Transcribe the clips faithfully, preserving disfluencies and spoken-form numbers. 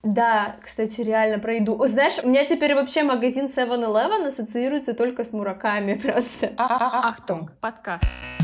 Да, кстати, реально про еду. О, знаешь, у меня теперь вообще магазин севен элевен ассоциируется только с мураками просто. Ахтунг, подкаст.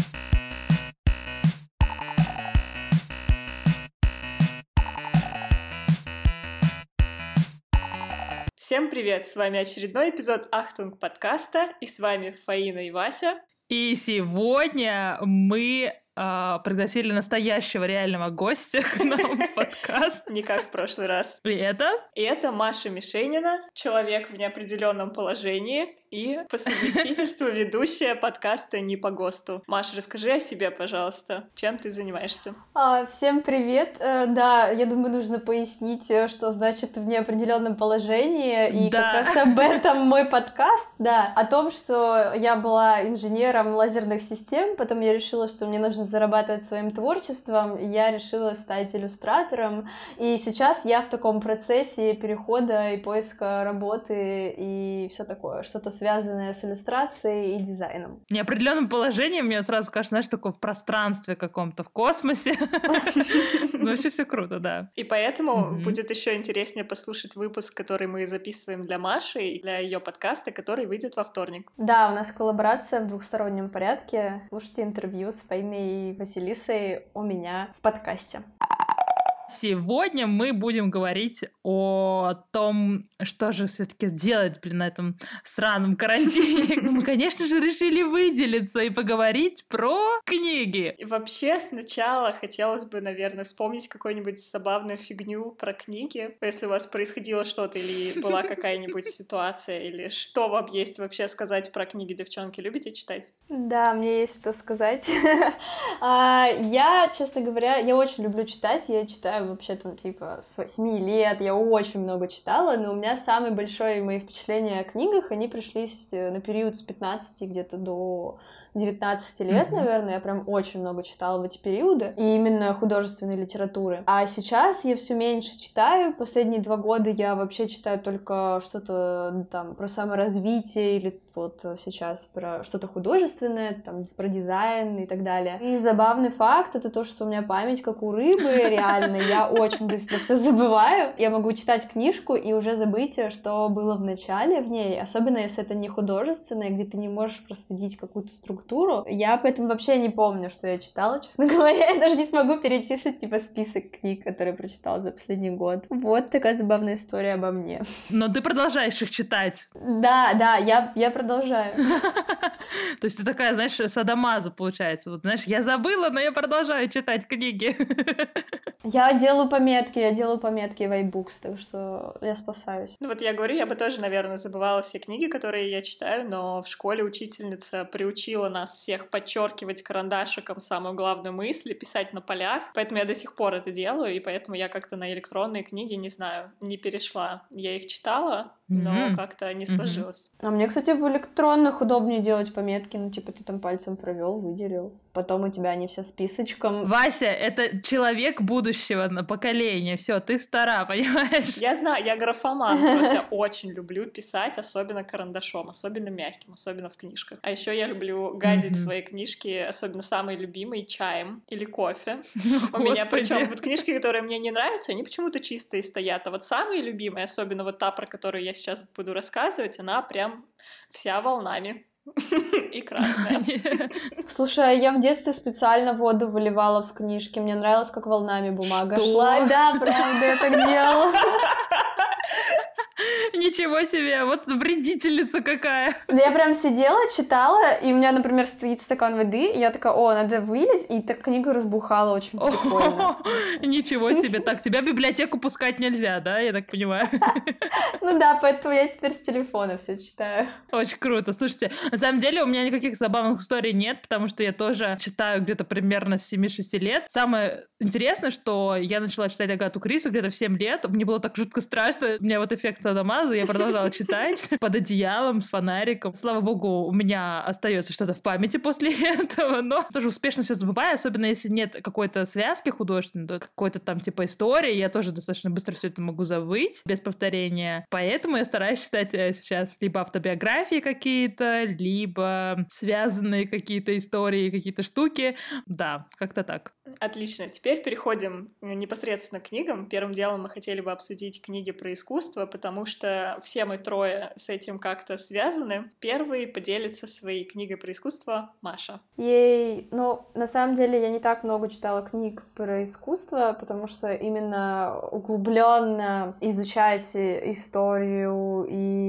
Всем привет! С вами очередной эпизод Ахтунг подкаста, и с вами Фаина и Вася. И сегодня мы э, пригласили настоящего реального гостя к нам в подкаст. Не как в прошлый раз. И это? И это Маша Мишенина, человек в неопределенном положении и по совместительству ведущая подкаста «Не по ГОСТу». Маша, расскажи о себе, пожалуйста. Чем ты занимаешься? А, всем привет. Э, да, я думаю, нужно пояснить, что значит в неопределенном положении. И Да. как раз об этом мой подкаст, да. О том, что я была инженером лазерных систем, потом я решила, что мне нужно зарабатывать своим творчеством, и я решила стать иллюстратором. И сейчас я в таком процессе перехода и поиска работы и все такое, что-то связанное с иллюстрацией и дизайном. Неопределенным положением мне сразу кажется, знаешь, такое в пространстве каком-то, в космосе. Ну, вообще все круто, да. И поэтому будет еще интереснее послушать выпуск, который мы записываем для Маши и для ее подкаста, который выйдет во вторник. Да, у нас коллаборация в двухстороннем порядке. Слушайте интервью с Фаиной и Василисой у меня в подкасте. Сегодня мы будем говорить о том, что же все-таки сделать, блин, на этом сраном карантине. Мы, конечно же, решили выделиться и поговорить про книги. И вообще, сначала хотелось бы, наверное, вспомнить какую-нибудь забавную фигню про книги. Если у вас происходило что-то или была какая-нибудь ситуация, или что вам есть вообще сказать про книги, девчонки? Любите читать? Да, мне есть что сказать. Я, честно говоря, я очень люблю читать. Я читаю вообще там типа с восьми лет, я очень много читала, но у меня самые большие мои впечатления о книгах, они пришлись на период с пятнадцати где-то до девятнадцати лет, mm-hmm. наверное, я прям очень много читала в эти периоды, и именно художественной литературы. А сейчас я все меньше читаю, последние два года я вообще читаю только что-то там про саморазвитие или вот сейчас про что-то художественное, там про дизайн и так далее. И забавный факт — это то, что у меня память как у рыбы, реально, я очень быстро все забываю. Я могу читать книжку и уже забыть, что было в начале в ней, особенно если это не художественное, где ты не можешь проследить какую-то структуру. Я поэтому вообще не помню, что я читала, честно говоря. Я даже не смогу перечислить, типа, список книг, которые прочитала за последний год. Вот такая забавная история обо мне. Но ты продолжаешь их читать. Да, да, я, я продолжаю. То есть ты такая, знаешь, садомаза получается. Вот, знаешь, я забыла, но я продолжаю читать книги. Я делаю пометки, я делаю пометки в iBooks, так что я спасаюсь. Ну вот я говорю, я бы тоже, наверное, забывала все книги, которые я читаю, но в школе учительница приучила нас всех подчеркивать карандашиком самую главную мысль, писать на полях, поэтому я до сих пор это делаю, и поэтому я как-то на электронные книги, не знаю, не перешла. Я их читала, но mm-hmm. как-то не сложилось. Mm-hmm. А мне, кстати, в электронных удобнее делать пометки, ну, типа, ты там пальцем провел, выделил, потом у тебя они все списочком. Вася, это человек будущего на поколение, все, ты стара, понимаешь? Я знаю, я графоман, просто очень люблю писать, особенно карандашом, особенно мягким, особенно в книжках. А еще я люблю гадить mm-hmm. свои книжки, особенно самые любимые, чаем или кофе. У меня причем вот книжки, которые мне не нравятся, они почему-то чистые стоят, а вот самые любимые, особенно вот та, про которую я сейчас буду рассказывать, она прям вся волнами. И красная. Слушай, я в детстве специально воду выливала в книжки. Мне нравилось, как волнами бумага Что? шла. Да, правда, я так делала. Ничего себе, вот вредительница какая. Я прям сидела, читала, и у меня, например, стоит стакан воды, и я такая, о, надо вылить, и так книга разбухала очень прикольно. Ничего себе, так, тебя в библиотеку пускать нельзя, да, я так понимаю? Ну да, поэтому я теперь с телефона все читаю. Очень круто, слушайте, на самом деле у меня никаких забавных историй нет, потому что я тоже читаю где-то примерно с семи-шести лет. Самое интересное, что я начала читать Агату Кристи где-то в семь лет, мне было так жутко страшно, у меня вот эффект садомаза, я я продолжала читать под одеялом с фонариком. Слава богу, у меня остается что-то в памяти после этого, но тоже успешно все забываю, особенно если нет какой-то связки художественной, то какой-то там типа истории, я тоже достаточно быстро все это могу забыть без повторения. Поэтому я стараюсь читать сейчас либо автобиографии какие-то, либо связанные какие-то истории, какие-то штуки. Да, как-то так. Отлично. Теперь переходим непосредственно к книгам. Первым делом мы хотели бы обсудить книги про искусство, потому что все мы трое с этим как-то связаны. Первый поделится своей книгой про искусство Маша. Ей, ну, на самом деле я не так много читала книг про искусство, потому что именно углубленно изучать историю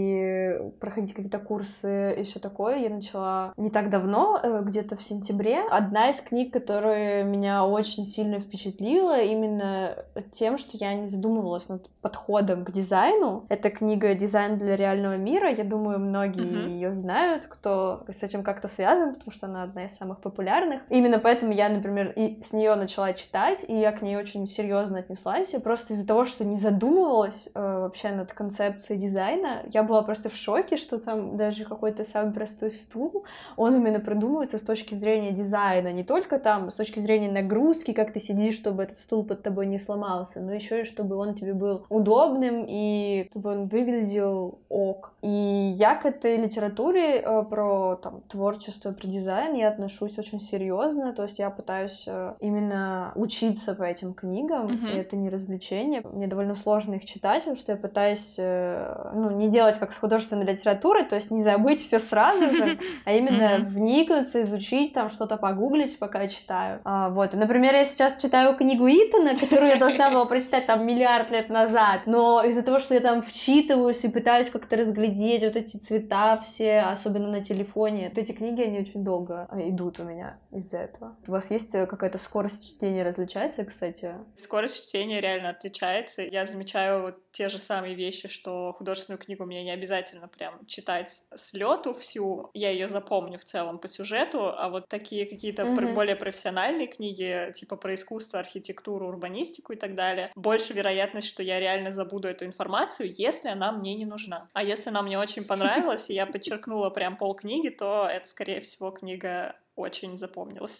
и проходить какие-то курсы и все такое я начала не так давно, где-то в сентябре. Одна из книг, которая меня очень сильно впечатлила именно тем, что я не задумывалась над подходом к дизайну. Это книга «Дизайн для реального мира». Я думаю, многие uh-huh. ее знают, кто с этим как-то связан, потому что она одна из самых популярных. Именно поэтому я, например, и с нее начала читать, и я к ней очень серьезно отнеслась. И просто из-за того, что не задумывалась э, вообще над концепцией дизайна, я была просто в шоке, что там даже какой-то самый простой стул, он именно продумывается с точки зрения дизайна, не только там с точки зрения нагрузки, как ты сидишь, чтобы этот стул под тобой не сломался, но еще и чтобы он тебе был удобным и чтобы он выглядел ок. И я к этой литературе э, про там, творчество, про дизайн я отношусь очень серьезно, то есть я пытаюсь э, именно учиться по этим книгам, uh-huh. и это не развлечение. Мне довольно сложно их читать, потому что я пытаюсь э, ну, не делать как с художественной литературой, то есть не забыть все сразу же, а именно uh-huh. вникнуться, изучить, там что-то погуглить, пока я читаю. А, вот. И, например, я сейчас читаю книгу Итана, которую я должна была прочитать там миллиард лет назад, но из-за того, что я там вчитываюсь и пытаюсь как-то разглядеть вот эти цвета все, особенно на телефоне, то эти книги, они очень долго идут у меня из-за этого. У вас есть какая-то скорость чтения различается, кстати? Скорость чтения реально отличается. Я замечаю вот те же самые вещи, что художественную книгу мне не обязательно прям читать с лету всю. Я ее запомню в целом по сюжету, а вот такие какие-то mm-hmm. более профессиональные книги, типа про искусство, архитектуру, урбанистику и так далее, больше вероятность, что я реально забуду эту информацию, если она мне не нужна. А если она мне очень понравилась, и я подчеркнула прям полкниги, то это, скорее всего, книга очень запомнилась.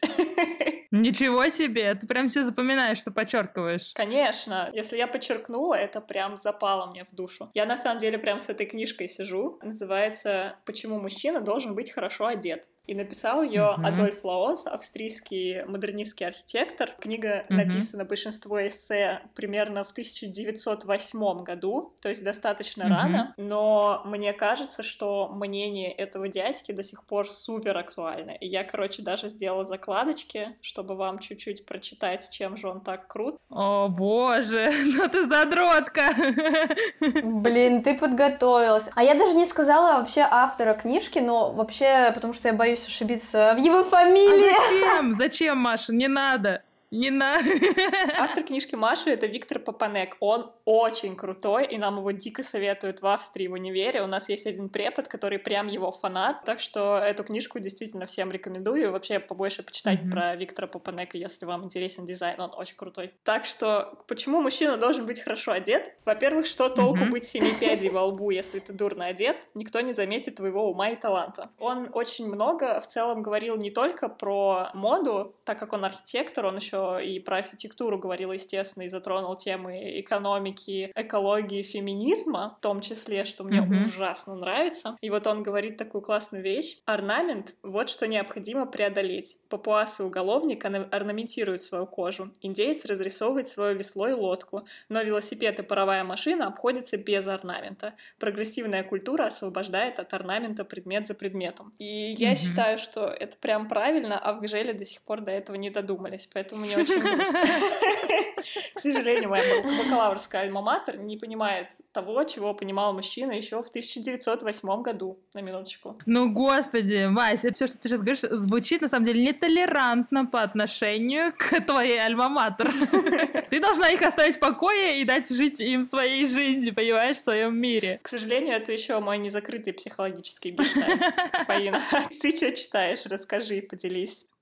Ничего себе, ты прям все запоминаешь, что подчеркиваешь. Конечно, если я подчеркнула, это прям запало мне в душу. Я на самом деле прям с этой книжкой сижу, называется «Почему мужчина должен быть хорошо одет». И написал ее mm-hmm. Адольф Лаос, австрийский модернистский архитектор. Книга mm-hmm. написана, большинство эссе, примерно в тысяча девятьсот восьмом году, то есть достаточно mm-hmm. рано, но мне кажется, что мнение этого дядьки до сих пор супер актуально. И я, короче, даже сделала закладочки, чтобы вам чуть-чуть прочитать, чем же он так крут. О, боже, ну ты задротка! Блин, ты подготовилась. А я даже не сказала вообще автора книжки, но вообще, потому что я боюсь ошибиться в его фамилии. А зачем? Зачем, Маша? Не надо. Не надо. Автор книжки Маши — это Виктор Папанек. Он очень крутой, и нам его дико советуют в Австрии, в универе. У нас есть один препод, который прям его фанат, так что эту книжку действительно всем рекомендую. Вообще побольше почитать mm-hmm. про Виктора Папанека, если вам интересен дизайн, он очень крутой. Так что почему мужчина должен быть хорошо одет? Во-первых, что толку mm-hmm. быть семи пядей во лбу, если ты дурно одет? Никто не заметит твоего ума и таланта. Он очень много в целом говорил не только про моду, так как он архитектор, он еще и про архитектуру говорил, естественно, и затронул темы экономики, экологии, феминизма, в том числе, что мне mm-hmm. ужасно нравится. И вот он говорит такую классную вещь. Орнамент — вот что необходимо преодолеть. Папуасы-уголовник орнаментируют свою кожу. Индеец разрисовывает свое весло и лодку. Но велосипед и паровая машина обходятся без орнамента. Прогрессивная культура освобождает от орнамента предмет за предметом. И я mm-hmm. считаю, что это прям правильно, а в ГЖЭЛе до сих пор до этого не додумались. Поэтому мне очень грустно. К сожалению, моя бакалаврская альма-матер не понимает того, чего понимал мужчина еще в тысяча девятьсот восьмом году, на минуточку. Ну, господи, Вась, это все, что ты сейчас говоришь, звучит, на самом деле, нетолерантно по отношению к твоей альма-матер. Ты должна их оставить в покое и дать жить им своей жизнью, понимаешь, в своем мире. К сожалению, это еще мой незакрытый психологический гештальт. Фаина, ты что читаешь? Расскажи, поделись.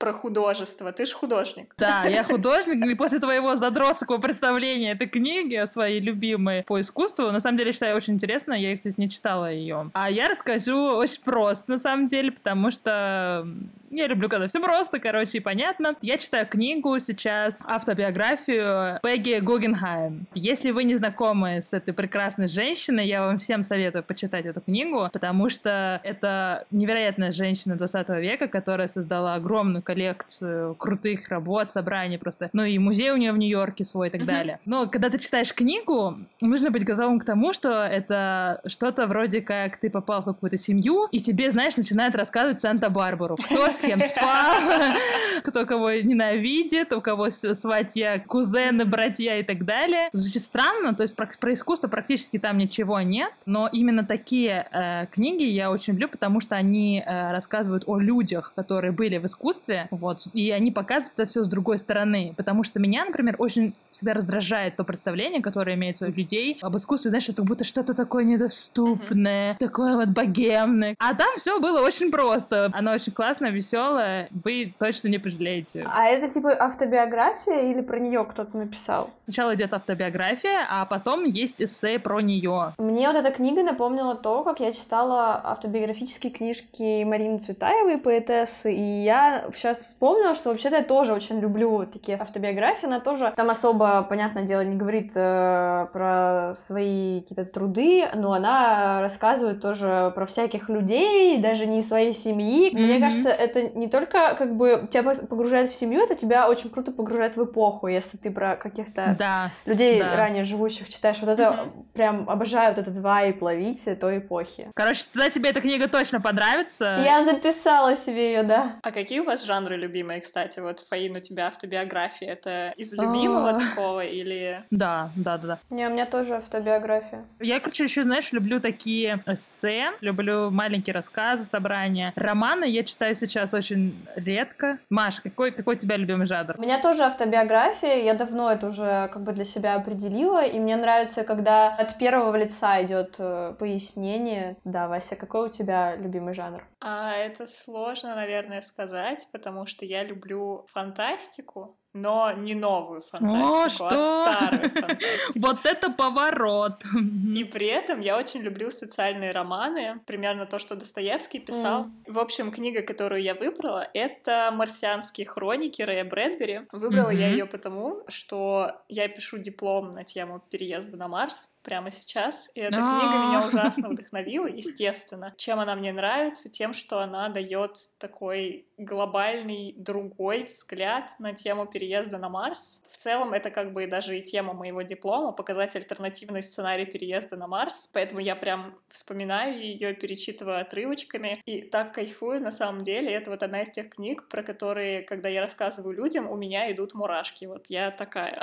про художество. Ты ж художник. Да, я художник, и после твоего задротского представления этой книги, своей любимой по искусству, на самом деле, считаю очень интересно, я, кстати, не читала ее. А я расскажу очень просто, на самом деле, потому что я люблю, когда все просто, короче, и понятно. Я читаю книгу сейчас, автобиографию Пегги Гугенхайм. Если вы не знакомы с этой прекрасной женщиной, я вам всем советую почитать эту книгу, потому что это невероятная женщина двадцатого века, которая создала огромную коллекцию крутых работ, собраний просто. Ну и музей у нее в Нью-Йорке свой и так uh-huh. далее. Но когда ты читаешь книгу, нужно быть готовым к тому, что это что-то вроде как ты попал в какую-то семью, и тебе, знаешь, начинают рассказывать Санта-Барбару. Кто с кем спал, кто кого ненавидит, у кого сватья, кузены, братья и так далее. Звучит странно, то есть про, про искусство практически там ничего нет, но именно такие э, книги я очень люблю, потому что они э, рассказывают о людях, которые были в искусстве, вот, и они показывают это все с другой стороны, потому что меня, например, очень всегда раздражает то представление, которое имеется у людей об искусстве, знаешь, это как будто что-то такое недоступное, mm-hmm. такое вот богемное. А там все было очень просто. Оно очень классное, веселое, вы точно не пожалеете. А это типа автобиография или про нее кто-то написал? Сначала идет автобиография, а потом есть эссе про нее. Мне вот эта книга напомнила то, как я читала автобиографические книжки Марины Цветаевой, поэтессы, и я сейчас вспомнила, что вообще-то я тоже очень люблю вот такие автобиографии. Она тоже там особо, понятное дело, не говорит э, про свои какие-то труды, но она рассказывает тоже про всяких людей, даже не из своей семьи. Mm-hmm. Мне кажется, это не только как бы тебя погружает в семью, это тебя очень круто погружает в эпоху, если ты про каких-то да, людей да. ранее живущих читаешь. Вот это mm-hmm. прям обожаю вот этот вайб ловить той эпохи. Короче, тогда тебе эта книга точно понравится. Я записала себе ее, да. А какие у вас жанры любимые, кстати? Вот, Фаин, у тебя автобиография. Это из любимого такого или... Да, да, да, да. Не, у меня тоже автобиография. Я, короче, еще, знаешь, люблю такие эссе, люблю маленькие рассказы, собрания. Романы я читаю сейчас очень редко. Маш, какой, какой у тебя любимый жанр? У меня тоже автобиография, я давно это уже как бы для себя определила, и мне нравится, когда от первого лица идет э, пояснение. Да, Вася, какой у тебя любимый жанр? А, это сложно, наверное, сказать, потому что я люблю фантастику, но не новую фантастику, О, а старую фантастику. Вот это поворот! И при этом я очень люблю социальные романы, примерно то, что Достоевский писал. Mm. В общем, книга, которую я выбрала, это «Марсианские хроники» Рэя Брэдбери. Выбрала mm-hmm. я ее потому, что я пишу диплом на тему переезда на Марс прямо сейчас, и эта А-а-а. книга меня ужасно вдохновила, естественно. Чем она мне нравится? Тем, что она дает такой глобальный другой взгляд на тему переезда на Марс. В целом, это как бы даже и тема моего диплома — показать альтернативный сценарий переезда на Марс. Поэтому я прям вспоминаю ее, перечитываю отрывочками, и так кайфую на самом деле. Это вот одна из тех книг, про которые, когда я рассказываю людям, у меня идут мурашки. Вот я такая.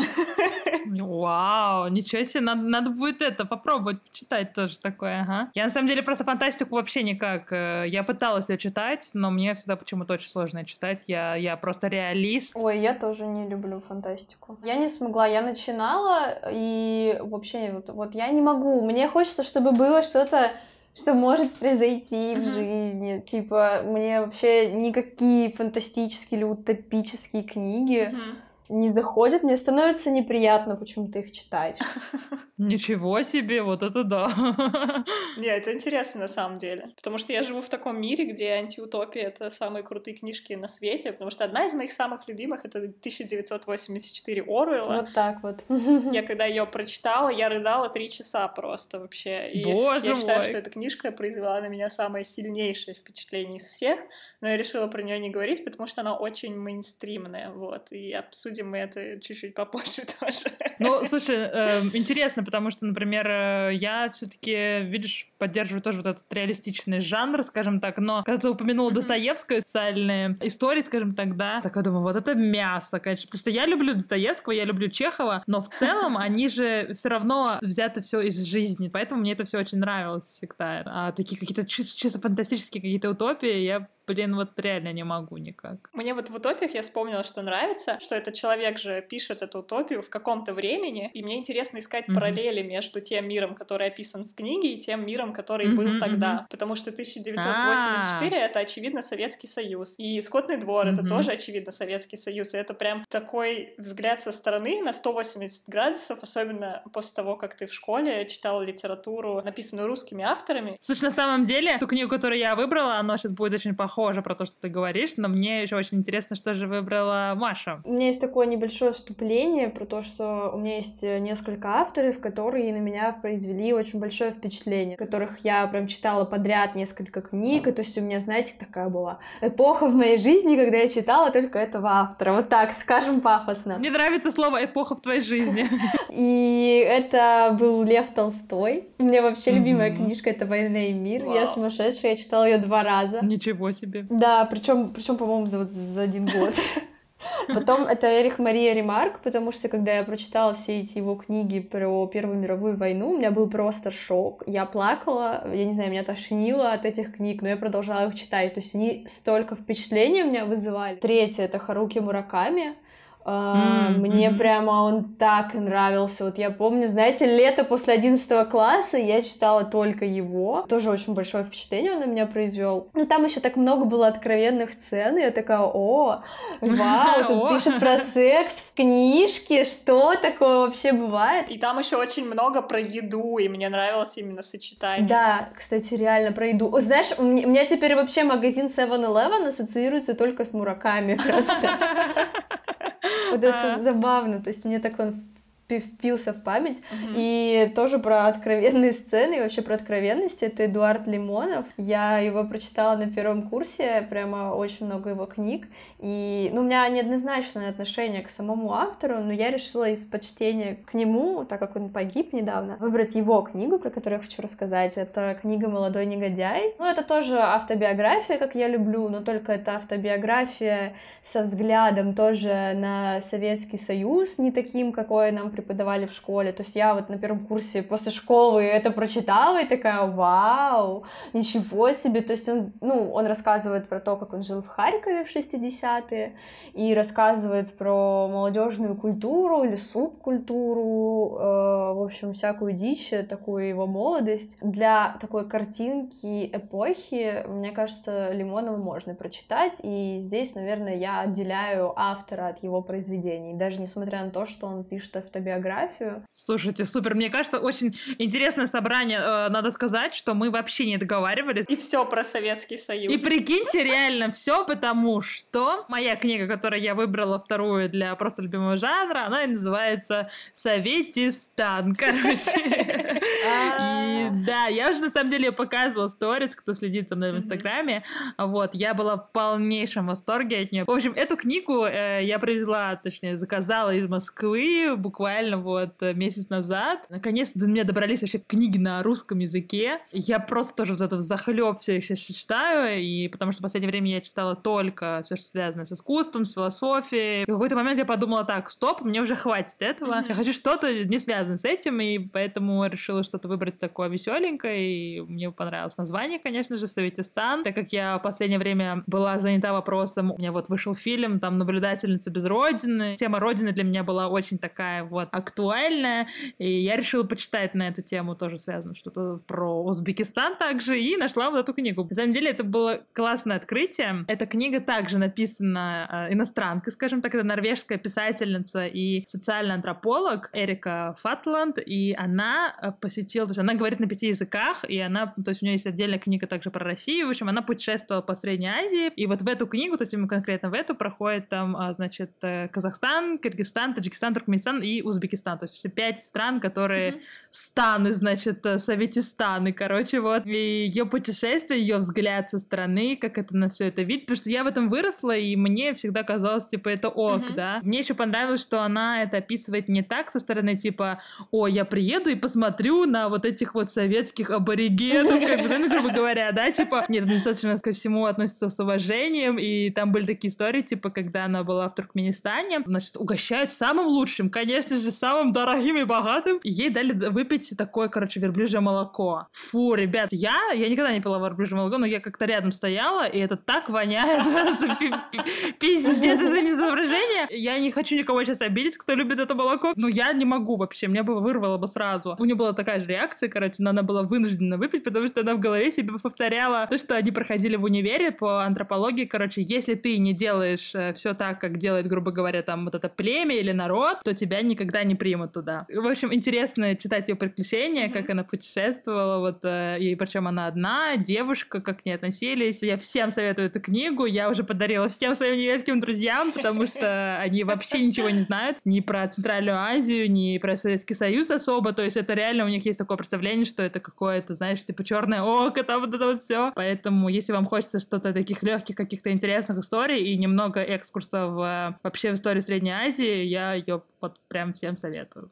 Вау, ничего себе, надо, надо будет это попробовать почитать тоже такое, ага. Я на самом деле просто фантастику вообще никак. Я пыталась ее читать, но мне всегда почему-то очень сложно читать. Я, я просто реалист. Ой, я тоже не люблю фантастику. Я не смогла, я начинала, и вообще вот, вот я не могу. Мне хочется, чтобы было что-то, что может произойти uh-huh. в жизни. Типа, мне вообще никакие фантастические или утопические книги uh-huh. не заходят, мне становится неприятно почему-то их читать. Ничего себе, вот это да. Не, это интересно на самом деле. Потому что я живу в таком мире, где антиутопия — это самые крутые книжки на свете. Потому что одна из моих самых любимых — это тысяча девятьсот восемьдесят четыре Оруэлла. Вот так вот. Я когда ее прочитала, я рыдала три часа просто вообще. И Боже я считаю, мой. что эта книжка произвела на меня самое сильнейшее впечатление из всех. Но я решила про нее не говорить, потому что она очень мейнстримная. Вот. И обсудим мы это чуть-чуть попозже тоже. Ну, слушай, э, интересно, потому что, например, я все-таки, видишь, поддерживаю тоже вот этот реалистичный жанр, скажем так, но когда ты упомянула mm-hmm. Достоевскую, социальные истории, скажем так, да, так я думаю, вот это мясо, конечно, потому что я люблю Достоевского, я люблю Чехова, но в целом они же все равно взяты все из жизни, поэтому мне это все очень нравилось всегда. А такие какие-то чисто, чисто фантастические какие-то утопии я блин, вот реально не могу никак. Мне вот в утопиях я вспомнила, что нравится, что этот человек же пишет эту утопию в каком-то времени, и мне интересно искать mm-hmm. параллели между тем миром, который описан в книге, и тем миром, который mm-hmm, был тогда. Mm-hmm. Потому что тысяча девятьсот восемьдесят четыре — это, очевидно, Советский Союз. И «Скотный двор» mm-hmm. — это тоже, очевидно, Советский Союз. И это прям такой взгляд со стороны на сто восемьдесят градусов, особенно после того, как ты в школе читала литературу, написанную русскими авторами. Слушай, на самом деле, ту книгу, которую я выбрала, она сейчас будет очень похожа про то, что ты говоришь, но мне еще очень интересно, что же выбрала Маша. У меня есть такое небольшое вступление про то, что у меня есть несколько авторов, которые на меня произвели очень большое впечатление, которых я прям читала подряд несколько книг, и то есть у меня, знаете, такая была эпоха в моей жизни, когда я читала только этого автора, вот так, скажем пафосно. Мне нравится слово «эпоха» в твоей жизни. И это был Лев Толстой. У меня вообще любимая книжка — это «Война и мир». Я сумасшедшая, я читала ее два раза. Ничего себе. Да, причем, причем, по-моему, за, вот, за один год. Потом это Эрих Мария Ремарк, потому что когда я прочитала все эти его книги про Первую мировую войну, у меня был просто шок. Я плакала, я не знаю, меня тошнило от этих книг, но я продолжала их читать. То есть они столько впечатлений у меня вызывали. Третье — это Харуки Мураками. Uh, mm-hmm. Мне прямо он так нравился. Вот я помню, знаете, лето после одиннадцатого класса я читала только его. Тоже очень большое впечатление он на меня произвел. Но там еще так много было откровенных сцен, и я такая: о, вау, тут пишут про секс в книжке, что такое вообще бывает? И там еще очень много про еду, и мне нравилось именно сочетание. Да, кстати, реально про еду. О, знаешь, у меня, у меня теперь вообще магазин севен элевен ассоциируется только с Мураками просто. Вот это забавно, то есть мне так он впился в память. Uh-huh. И тоже про откровенные сцены, и вообще про откровенность. Это Эдуард Лимонов. Я его прочитала на первом курсе, прямо очень много его книг. И, ну, у меня неоднозначное отношение к самому автору, но я решила из почтения к нему, так как он погиб недавно, выбрать его книгу, про которую я хочу рассказать. Это книга «Молодой негодяй». Ну, это тоже автобиография, как я люблю, но только это автобиография со взглядом тоже на Советский Союз, не таким, какой нам преподавали в школе. То есть я вот на первом курсе после школы это прочитала и такая: вау, ничего себе. То есть он, ну, он рассказывает про то, как он жил в Харькове в шестидесятые, и рассказывает про молодежную культуру или субкультуру, э, в общем, всякую дичь, такую его молодость. Для такой картинки эпохи, мне кажется, Лимонова можно прочитать, и здесь, наверное, я отделяю автора от его произведений, даже несмотря на то, что он пишет автобиографию. Слушайте, супер, мне кажется, очень интересное собрание. Э, надо сказать, что мы вообще не договаривались. И все про Советский Союз. И прикиньте, реально все, потому что моя книга, которую я выбрала вторую для просто любимого жанра, она называется «Советистан», короче. И да, я уже на самом деле показывала в сторис, кто следит за мной в Инстаграме. Вот, я была в полнейшем восторге от нее. В общем, эту книгу я привезла, точнее, заказала из Москвы буквально вот месяц назад. Наконец-то до меня добрались вообще книги на русском языке. Я просто тоже вот это взахлёб все их сейчас читаю, и потому что в последнее время я читала только все, что связано с искусством, с философией. И в какой-то момент я подумала: так, стоп, мне уже хватит этого. Mm-hmm. Я хочу что-то не связанное с этим, и поэтому решила что-то выбрать такое веселенькое, и мне понравилось название, конечно же, «Советистан». Так как я в последнее время была занята вопросом, у меня вот вышел фильм, там «Наблюдательница без родины». Тема родины для меня была очень такая вот актуальная, и я решила почитать на эту тему, тоже связано что-то про Узбекистан также, и нашла вот эту книгу. На самом деле это было классное открытие. Эта книга также написана иностранкой, скажем так, это норвежская писательница и социальный антрополог Эрика Фатланд, и она посетила, то есть она говорит на пяти языках, и она, то есть у нее есть отдельная книга также про Россию, в общем, она путешествовала по Средней Азии, и вот в эту книгу, то есть именно конкретно в эту, проходит там, значит, Казахстан, Кыргызстан, Таджикистан, Туркменистан и Узбекистан, то есть все пять стран, которые mm-hmm. станы, значит, Советистаны, короче, вот, и ее путешествие, ее взгляд со стороны, как это на все это видит, потому что я в этом выросла, и мне всегда казалось, типа, это ок, mm-hmm. да. Мне еще понравилось, что она это описывает не так со стороны, типа, о, я приеду и посмотрю на вот этих вот советских аборигенов, как бы, ну, грубо говоря, да, типа, нет, она достаточно ко всему относится с уважением, и там были такие истории, типа, когда она была в Туркменистане, значит, угощают самым лучшим, конечно же, самым дорогим и богатым, и ей дали выпить такое, короче, верблюжье молоко. Фу, ребят, я, я никогда не пила верблюжье молоко, но я как-то рядом стояла, и это так воняет, просто пиздец, извините за выражение. Я не хочу никого сейчас обидеть, кто любит это молоко, но я не могу вообще, меня бы вырвало бы сразу. У нее была такая же реакция, короче, но она была вынуждена выпить, потому что она в голове себе повторяла то, что они проходили в универе по антропологии, короче, если ты не делаешь э, все так, как делает, грубо говоря, там вот это племя или народ, то тебя никогда не примут туда. В общем, интересно читать ее приключения, mm-hmm. как она путешествовала, вот, э, и причем она одна, девушка, как к ней относились. Я всем советую эту книгу, я уже подарила всем своим немецким друзьям, потому что они вообще ничего не знают ни про Центральную Азию, ни про Советский Союз особо, то есть это реально у них есть такое представление, что это какое-то, знаешь, типа черное око, там вот это вот все. Поэтому, если вам хочется что-то таких легких, каких-то интересных историй и немного экскурсов в, вообще в историю Средней Азии, я ее вот прям всем советую.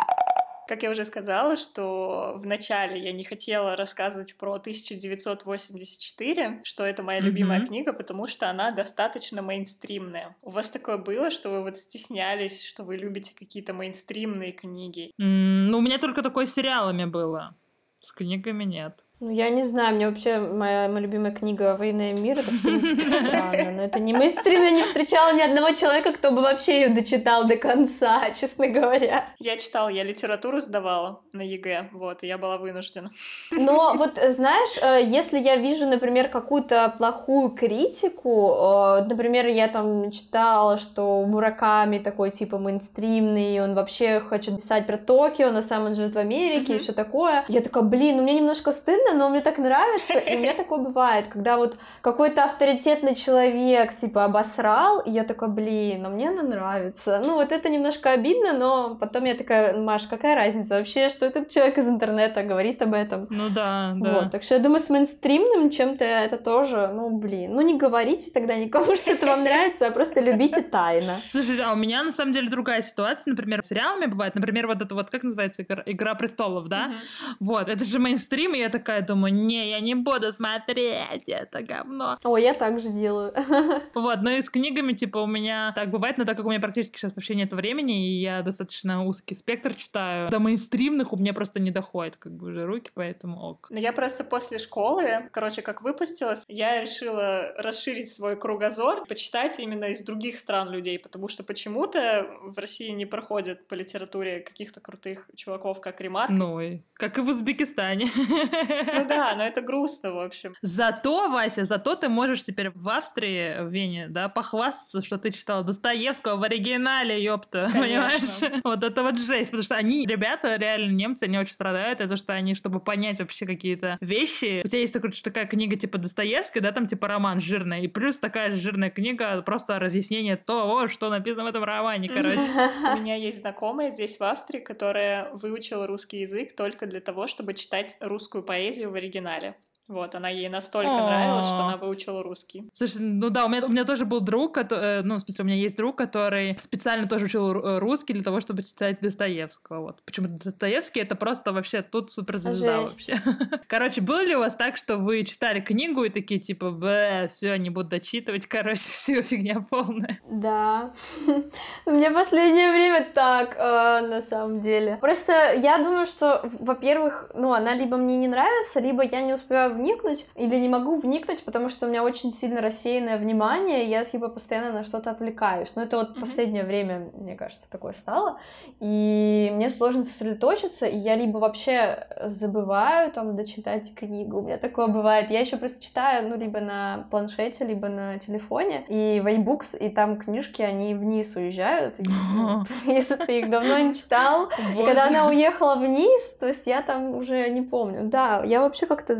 Как я уже сказала, что вначале я не хотела рассказывать про тысяча девятьсот восемьдесят четыре, что это моя mm-hmm. любимая книга, потому что она достаточно мейнстримная. У вас такое было, что вы вот стеснялись, что вы любите какие-то мейнстримные книги? Mm, ну, у меня только такое с сериалами было. С книгами нет. Ну, я не знаю, мне вообще моя, моя любимая книга «Война и мир» — это, в принципе, странно, но это не мейнстрим, я не встречала ни одного человека, кто бы вообще ее дочитал до конца, честно говоря. Я читала, я литературу сдавала на ЕГЭ, вот, и я была вынуждена. Но вот, знаешь, если я вижу, например, какую-то плохую критику, например, я там читала, что Мураками такой, типа, мейнстримный, и он вообще хочет писать про Токио, но сам он живет в Америке, mm-hmm. и все такое, я такая, блин, ну мне немножко стыдно, но мне так нравится, и у меня такое бывает, когда вот какой-то авторитетный человек, типа, обосрал, и я такая, блин, а мне она нравится. Ну, вот это немножко обидно, но потом я такая, Маш, какая разница вообще, что этот человек из интернета говорит об этом. Ну да, да. Вот, так что я думаю, с мейнстримным чем-то это тоже, ну, блин, ну не говорите тогда никому, что это вам нравится, а просто любите тайно. Слушай, а у меня на самом деле другая ситуация, например, с сериалами бывает, например, вот это вот, как называется, «Игра, Игра престолов», да? Mm-hmm. Вот, это же мейнстрим, и я такая думаю, не, я не буду смотреть, это говно. О, я так же делаю. Вот, но и с книгами, типа, у меня так бывает, но так как у меня практически сейчас вообще нет времени, и я достаточно узкий спектр читаю, до мейнстримных у меня просто не доходит, как бы, уже руки, поэтому ок. Но я просто после школы, короче, как выпустилась, я решила расширить свой кругозор, почитать именно из других стран людей, потому что почему-то в России не проходят по литературе каких-то крутых чуваков, как Ремарк. Ну и как и в Узбекистане. Ну да, но это грустно, в общем. Зато, Вася, зато ты можешь теперь в Австрии, в Вене, да, похвастаться, что ты читала Достоевского в оригинале, ёпта, понимаешь? Вот это вот жесть, потому что они, ребята, реально немцы, они очень страдают, это что они, чтобы понять вообще какие-то вещи, у тебя есть такая, такая книга типа Достоевская, да, там типа роман жирный, и плюс такая же жирная книга, просто разъяснение того, что написано в этом романе, короче. У меня есть знакомая здесь, в Австрии, которая выучила русский язык только для того, чтобы читать русскую поэзию в оригинале. Вот, она ей настолько О-о-о. нравилась, что она выучила русский. Слушай, ну да, у меня, у меня тоже был друг, который, ну, в смысле, у меня есть друг, который специально тоже учил русский для того, чтобы читать Достоевского. Вот. Почему Достоевский — это просто вообще тут суперзвезда вообще. Короче, было ли у вас так, что вы читали книгу и такие, типа, б, все, не буду дочитывать, короче, все фигня полная? Да. У меня в последнее время так, на самом деле. Просто я думаю, что, во-первых, ну, она либо мне не нравится, либо я не успеваю вникнуть, или не могу вникнуть, потому что у меня очень сильно рассеянное внимание, и я типа постоянно на что-то отвлекаюсь. Но это вот mm-hmm. последнее время, мне кажется, такое стало. И мне сложно сосредоточиться, и я либо вообще забываю там дочитать книгу, у меня такое бывает. Я еще просто читаю, ну, либо на планшете, либо на телефоне, и в iBooks, и там книжки, они вниз уезжают. Если ты их давно не читал. Когда она уехала вниз, то есть я там уже не помню. Да, я вообще как-то, знаете, по-моему,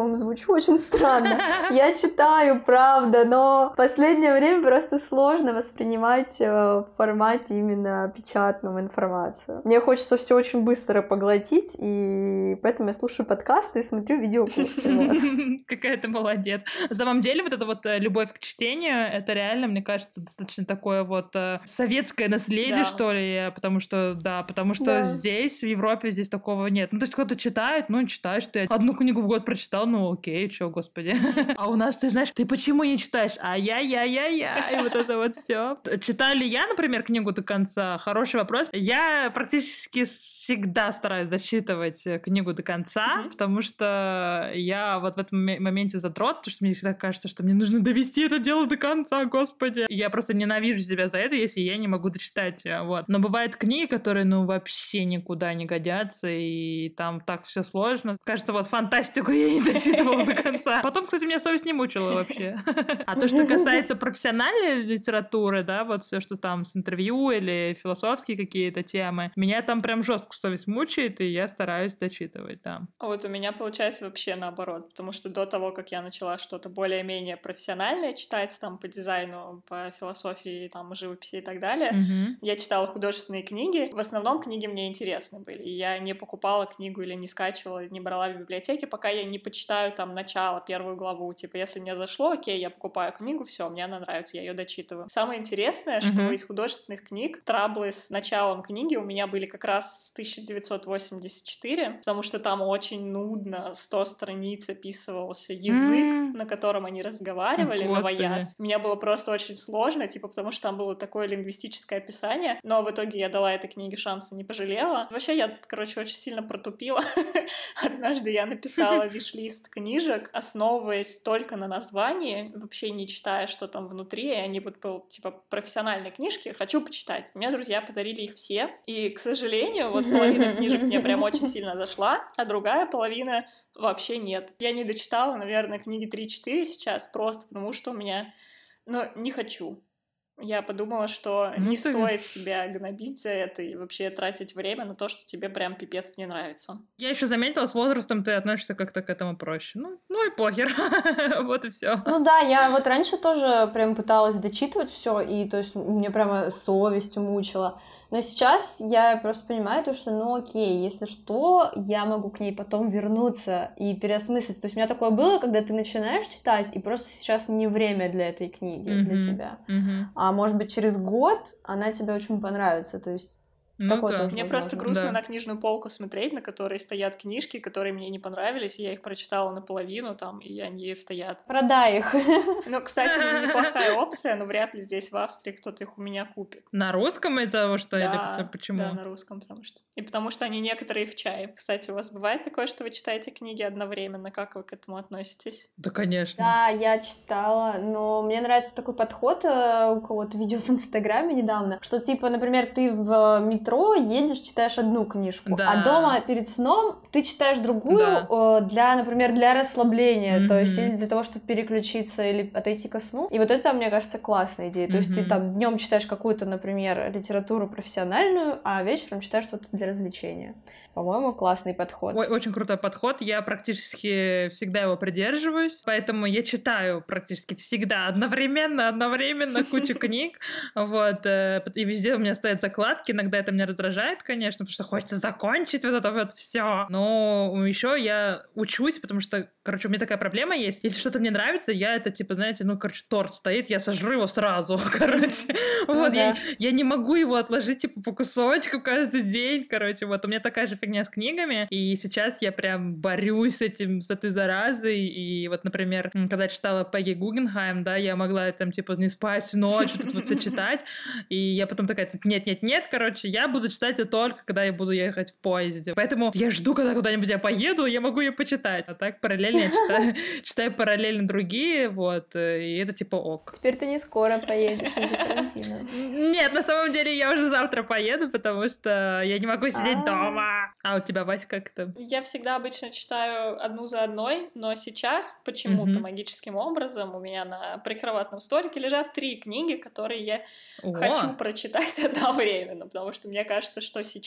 по-моему, звучу очень странно. Я читаю, правда, но в последнее время просто сложно воспринимать в формате именно печатную информацию. Мне хочется все очень быстро поглотить, и поэтому я слушаю подкасты и смотрю видеокурсы. Вот. Какая ты молодец. На самом деле, вот эта вот любовь к чтению, это реально, мне кажется, достаточно такое вот советское наследие, да. что ли, потому что, да, потому что да. здесь, в Европе, здесь такого нет. Ну, то есть кто-то читает, ну, читаешь ты одну книгу в год прочитал, ну, окей, чё, господи. А у нас, ты знаешь, ты почему не читаешь? Ай-яй-яй-яй-яй, и вот это вот все. Читаю ли я, например, книгу до конца? Хороший вопрос. Я практически всегда стараюсь дочитывать книгу до конца, mm-hmm. потому что я вот в этом моменте задрот, потому что мне всегда кажется, что мне нужно довести это дело до конца, господи. И я просто ненавижу себя за это, если я не могу дочитать, вот. Но бывают книги, которые, ну, вообще никуда не годятся, и там так все сложно. Кажется, вот фантастику я не дочитывала до конца. Потом, кстати, меня совесть не мучила вообще. А то, что касается профессиональной литературы, да, вот все, что там с интервью или философские какие-то темы, меня там прям жестко совесть мучает, и я стараюсь дочитывать, да. А вот у меня получается вообще наоборот, потому что до того, как я начала что-то более-менее профессиональное читать, там, по дизайну, по философии, там, живописи и так далее, mm-hmm. я читала художественные книги. В основном книги мне интересны были, и я не покупала книгу или не скачивала, не брала в библиотеке, пока я не почитаю там начало, первую главу. Типа, если мне зашло, окей, я покупаю книгу, все, мне она нравится, я ее дочитываю. Самое интересное, mm-hmm. что из художественных книг траблы с началом книги у меня были как раз с тысяча девятьсот восемьдесят четыре, потому что там очень нудно, сто страниц описывался язык, mm. на котором они разговаривали, на вояз. Мне было просто очень сложно, типа, потому что там было такое лингвистическое описание, но в итоге я дала этой книге шанса, не пожалела. Вообще, я, короче, очень сильно протупила. Однажды я написала виш-лист книжек, основываясь только на названии, вообще не читая, что там внутри, и они вот, типа, профессиональные книжки, хочу почитать. Мне друзья подарили их все, и, к сожалению, вот половина книжек мне прям очень сильно зашла, а другая половина вообще нет. Я не дочитала, наверное, книги три-четыре сейчас, просто потому что у меня... Ну, не хочу. Я подумала, что ну, не ты... стоит себя гнобить за это и вообще тратить время на то, что тебе прям пипец не нравится. Я еще заметила, с возрастом ты относишься как-то к этому проще. Ну, ну и похер. Вот и все. Ну да, я вот раньше тоже прям пыталась дочитывать все, и то есть мне прямо совесть мучила. Но сейчас я просто понимаю то, что, ну окей, если что, я могу к ней потом вернуться и переосмыслить. То есть у меня такое было, когда ты начинаешь читать, и просто сейчас не время для этой книги, mm-hmm. для тебя. Mm-hmm. А может быть, через год она тебе очень понравится, то есть Ну, да. Мне возможно. Просто грустно да. на книжную полку смотреть, на которой стоят книжки, которые мне не понравились, и я их прочитала наполовину, там, и они стоят. Продай их. Ну, кстати, неплохая опция, но вряд ли здесь в Австрии кто-то их у меня купит. На русском из-за того, что? Да, или почему? Да, на русском, потому что. И потому что они некоторые в чае. Кстати, у вас бывает такое, что вы читаете книги одновременно? Как вы к этому относитесь? Да, конечно. Да, я читала, но мне нравится такой подход, у кого-то видел в Инстаграме недавно, что, типа, например, ты в метро едешь, читаешь одну книжку, да. а дома перед сном ты читаешь другую да. для, например, для расслабления, mm-hmm. то есть или для того, чтобы переключиться или отойти ко сну. И вот это, мне кажется, классная идея. То mm-hmm. есть ты там днем читаешь какую-то, например, литературу профессиональную, а вечером читаешь что-то для развлечения. По-моему, классный подход. Ой, очень крутой подход. Я практически всегда его придерживаюсь, поэтому я читаю практически всегда одновременно, одновременно кучу книг. Вот. И везде у меня стоят закладки. Иногда это меня раздражает, конечно, потому что хочется закончить вот это вот все. Но еще я учусь, потому что, короче, у меня такая проблема есть. Если что-то мне нравится, я это, типа, знаете, ну, короче, торт стоит, я сожру его сразу, короче. Вот. Я не могу его отложить, типа, по кусочку каждый день, короче. Вот. У меня такая же фигня с книгами, и сейчас я прям борюсь с этим, с этой заразой, и вот, например, когда читала Пегги Гугенхайм, да, я могла там, типа, не спать ночь, вот это вот все читать, и я потом такая, нет-нет-нет, короче, я буду читать ее только, когда я буду ехать в поезде, поэтому я жду, когда куда-нибудь я поеду, я могу ее почитать, а так параллельно я читаю, читаю параллельно другие, вот, и это, типа, ок. Теперь ты не скоро поедешь из-за карантина. Нет, на самом деле я уже завтра поеду, потому что я не могу сидеть дома. А у тебя, Вась, как это? Я всегда обычно читаю одну за одной, но сейчас почему-то mm-hmm. магическим образом у меня на прикроватном столике лежат три книги, которые я О! хочу прочитать одновременно, потому что мне кажется, что сейчас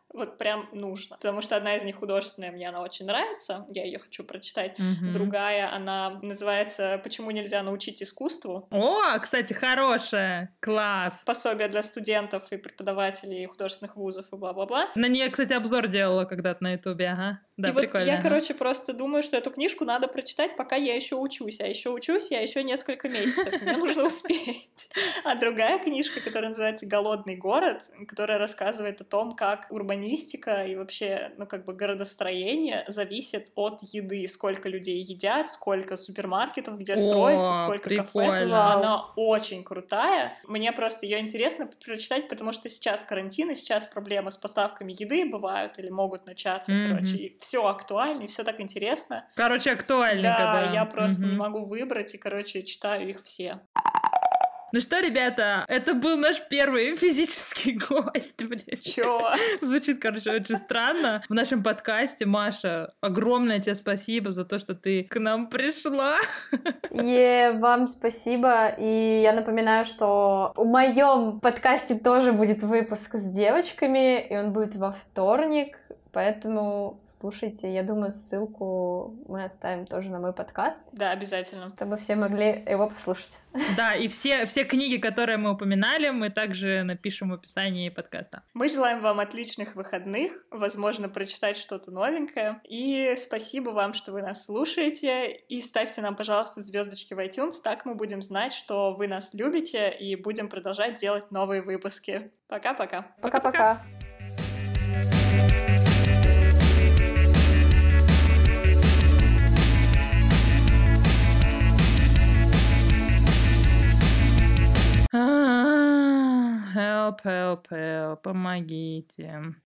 Вот прям нужно. Потому что одна из них художественная, мне она очень нравится, я ее хочу прочитать. Мгм. Другая, она называется «Почему нельзя научить искусству?». О, кстати, хорошая. Класс. Пособие для студентов и преподавателей художественных вузов и бла-бла-бла. На нее, кстати, обзор делала когда-то на Ютубе, ага. Да, и вот прикольно. я, ага. короче, просто думаю, что эту книжку надо прочитать, пока я еще учусь. А еще учусь я еще несколько месяцев. Мне нужно успеть. А другая книжка, которая называется «Голодный город», которая рассказывает о том, как урбанистика и вообще, ну, как бы городостроение зависит от еды. Сколько людей едят, сколько супермаркетов, где О, строится, сколько кафе. прикольно. Она очень крутая. Мне просто ее интересно прочитать, потому что сейчас карантин, и сейчас проблемы с поставками еды бывают или могут начаться, Мгм. короче. И все актуально, и все так интересно. Короче, актуальненько, да. Да, я просто Мгм. не могу выбрать, и, короче, читаю их все. Ну что, ребята, это был наш первый физический гость, блин. Чё? Звучит, короче, очень странно. В нашем подкасте, Маша, огромное тебе спасибо за то, что ты к нам пришла. И вам спасибо. И я напоминаю, что в моем подкасте тоже будет выпуск с девочками, и он будет во вторник. Поэтому слушайте, я думаю, ссылку мы оставим тоже на мой подкаст, Да, обязательно. чтобы все могли его послушать. Да, и все, все книги, которые мы упоминали, мы также напишем в описании подкаста. Мы желаем вам отличных выходных, возможно, прочитать что-то новенькое. И спасибо вам, что вы нас слушаете. И ставьте нам, пожалуйста, звездочки в iTunes, так мы будем знать, что вы нас любите, и будем продолжать делать новые выпуски. Пока-пока. Пока-пока. Help, help, help, помогите.